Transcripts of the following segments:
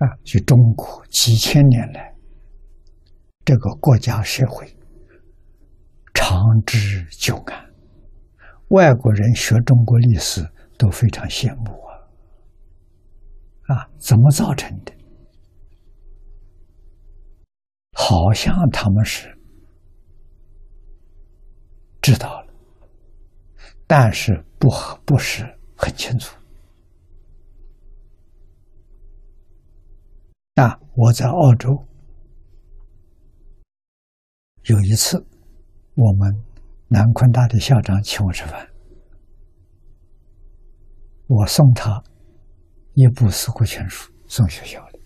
就中国几千年来这个国家社会长治久安，外国人学中国历史都非常羡慕怎么造成的？好像他们是知道了，但是不是很清楚。我在澳洲有一次，我们南昆大的校长请我吃饭，我送他一部《四库全书》送学校里。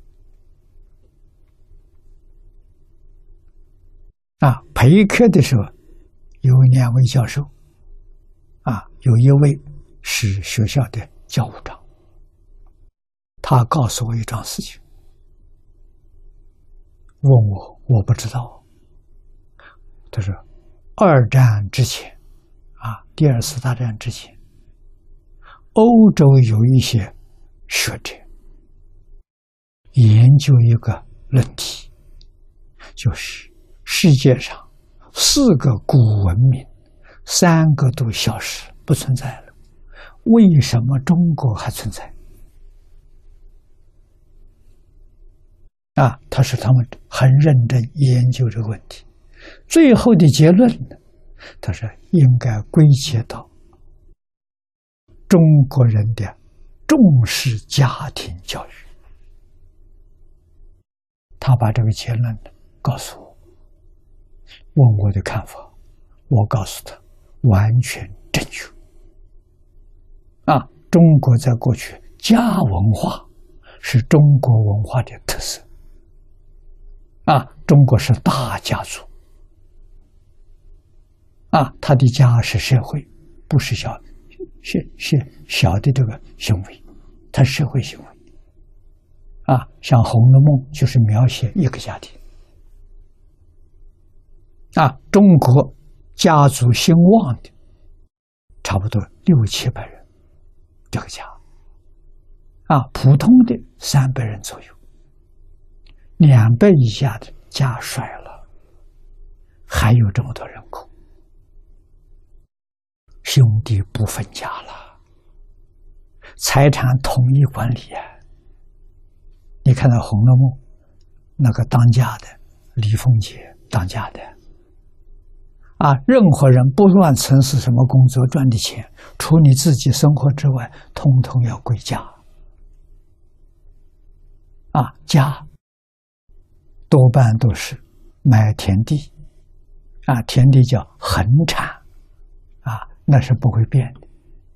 陪课的时候有2位教授，有一位是学校的教务长，他告诉我一桩事情，问我不知道。他说2战之前第2次大战之前，欧洲有一些学者研究一个论题，就是世界上4个古文明3个都消失不存在了，为什么中国还存在？他说他们很认真研究这个问题，最后的结论呢，他说应该归结到中国人的重视家庭教育。他把这个结论告诉我，问我的看法，我告诉他完全正确。中国在过去家文化是中国文化的特色。中国是大家族。他的家是社会，不是小的这个行为，它是社会行为。像《红楼梦》就是描写一个家庭。中国家族兴旺的差不多600-700人，这个家普通的300人左右，200以下的家衰了，还有这么多人口，兄弟不分家了，财产统一管理你看到《红楼梦》那个当家的李凤姐当家的任何人不论从事什么工作赚的钱，除你自己生活之外，统统要归家。家多半都是买田地田地叫恒产那是不会变的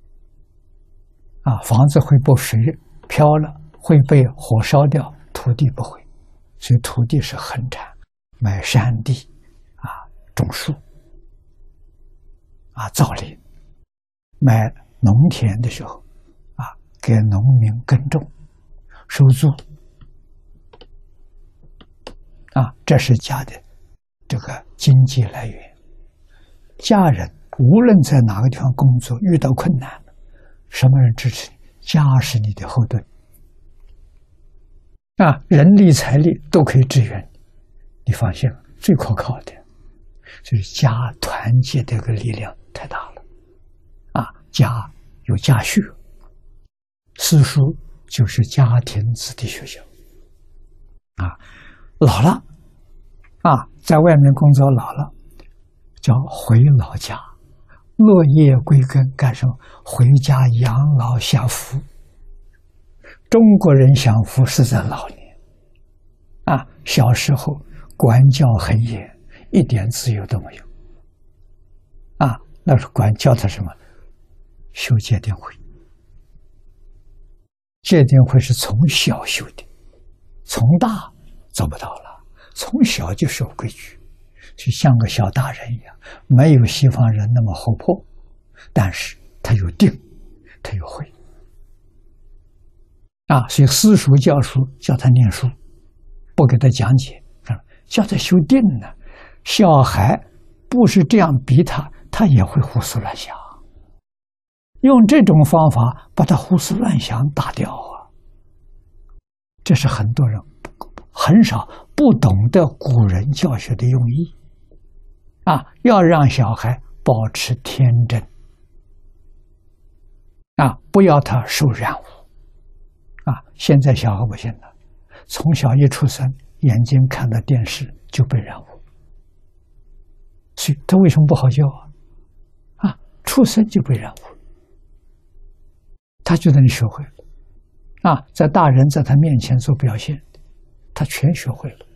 房子会被水漂了，会被火烧掉，土地不会，所以土地是恒产。买山地种树造林，买农田的时候给农民耕种收租这是家的这个经济来源。家人无论在哪个地方工作，遇到困难，什么人支持你？家是你的后盾人力财力都可以支援你，你放心了，最可靠的就是家团结的这个力量太大了家有家训，私塾就是家庭子弟学校老了在外面工作老了，叫回老家，落叶归根，干什么？回家养老享福。中国人享福是在老年小时候管教很严，一点自由都没有那是管教他什么？修戒定慧。戒定慧是从小修的，从大做不到了，从小就守规矩，就像个小大人一样，没有西方人那么活泼，但是他有定，他有慧所以私塾教书叫他念书，不给他讲解，叫他修定呢。小孩不是这样逼他，他也会胡思乱想。用这种方法把他胡思乱想打掉这是很多人很少不懂得古人教学的用意啊，要让小孩保持天真啊，不要他受染污啊。现在小孩不行了，从小一出生，眼睛看到电视就被染污，所以他为什么不好教啊？啊，出生就被染污，他觉得你学会了啊，在大人在他面前做表现，他全学会了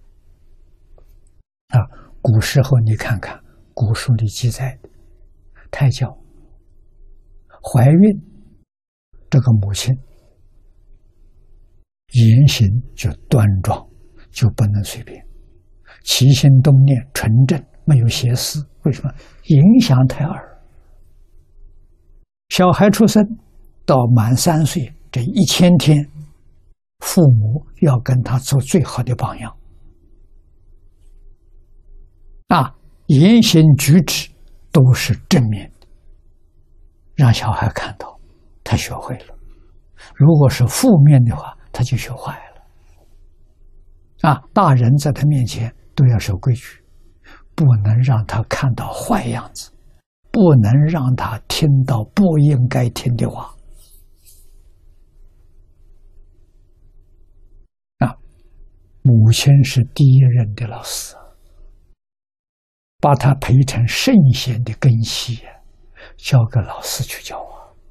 啊。古时候你看看古书里记载的胎教怀孕，这个母亲言行就端庄，就不能随便，起心动念纯正，没有邪思。为什么？影响胎儿。小孩出生到满3岁这1000天，父母要跟他做最好的榜样啊，言行举止都是正面的，让小孩看到他学会了。如果是负面的话，他就学坏了啊。大人在他面前都要守规矩，不能让他看到坏样子，不能让他听到不应该听的话啊。母亲是第一任的老师，把他培成圣贤的根系，交给老师去教啊。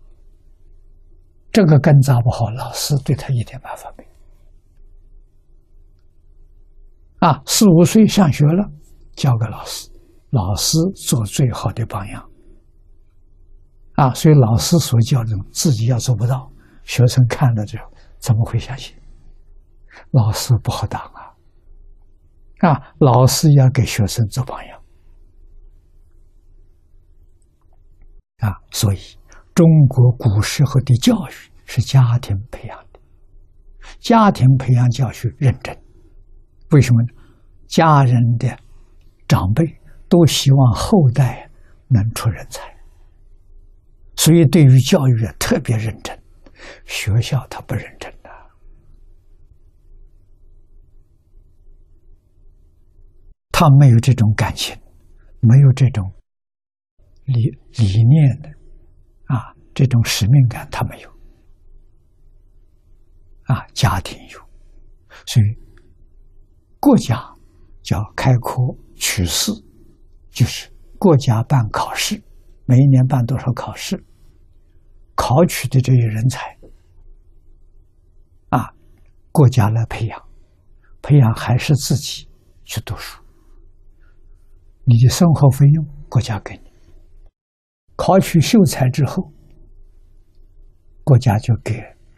这个根扎不好，老师对他一点办法没有啊。4、5岁上学了，交给老师，老师做最好的榜样啊。所以老师所教的自己要做不到，学生看了之后怎么会相信？老师不好当啊，老师要给学生做榜样啊。所以中国古时候的教育是家庭培养的，家庭培养教育认真。为什么呢？家人的长辈都希望后代能出人才，所以对于教育特别认真。学校他不认真的，他没有这种感情，没有这种理念的啊，这种使命感他没有啊，家庭有。所以国家叫开科取士，就是国家办考试，每一年办多少考试，考取的这些人才啊，国家来培养，培养还是自己去读书，你的生活费用国家给你，考取秀才之后，国家就给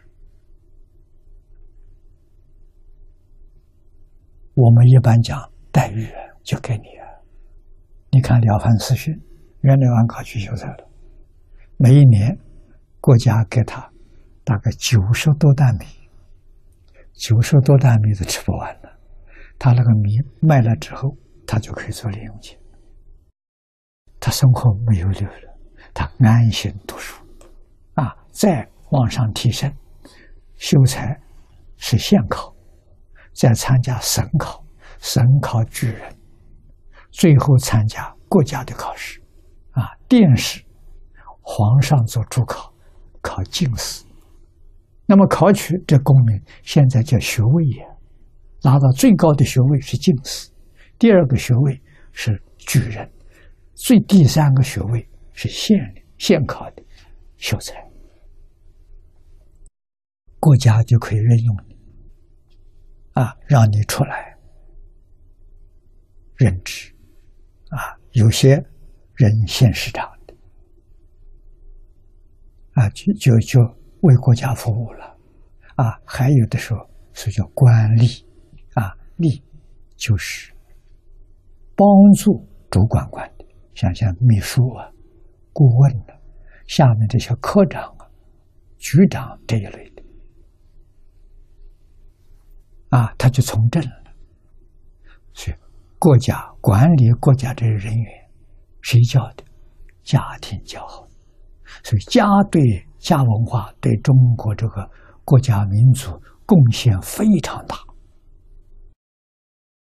我们一般讲待遇就给你了。你看了凡四训，原来完考取秀才了，每一年国家给他大概90多担米，90多担米都吃不完了。他那个米卖了之后，他就可以做零用钱，他生活没有留了，他安心读书啊。再往上提升，秀才是县考，再参加省考，省考举人，最后参加国家的考试啊，殿试，皇上做主考，考进士。那么考取这功名现在叫学位也，拿到最高的学位是进士，第2个学位是举人，第3个学位是县考的秀才。国家就可以任用你啊，让你出来任职啊。有些任县市长的啊，就为国家服务了啊。还有的时候是叫官吏啊，吏就是帮助主管官的，像秘书啊、顾问啊，下面这些科长啊、局长这一类的啊，他就从政了。所以国家管理国家这些人员，谁教的？家庭教好。所以家对家文化对中国这个国家民族贡献非常大。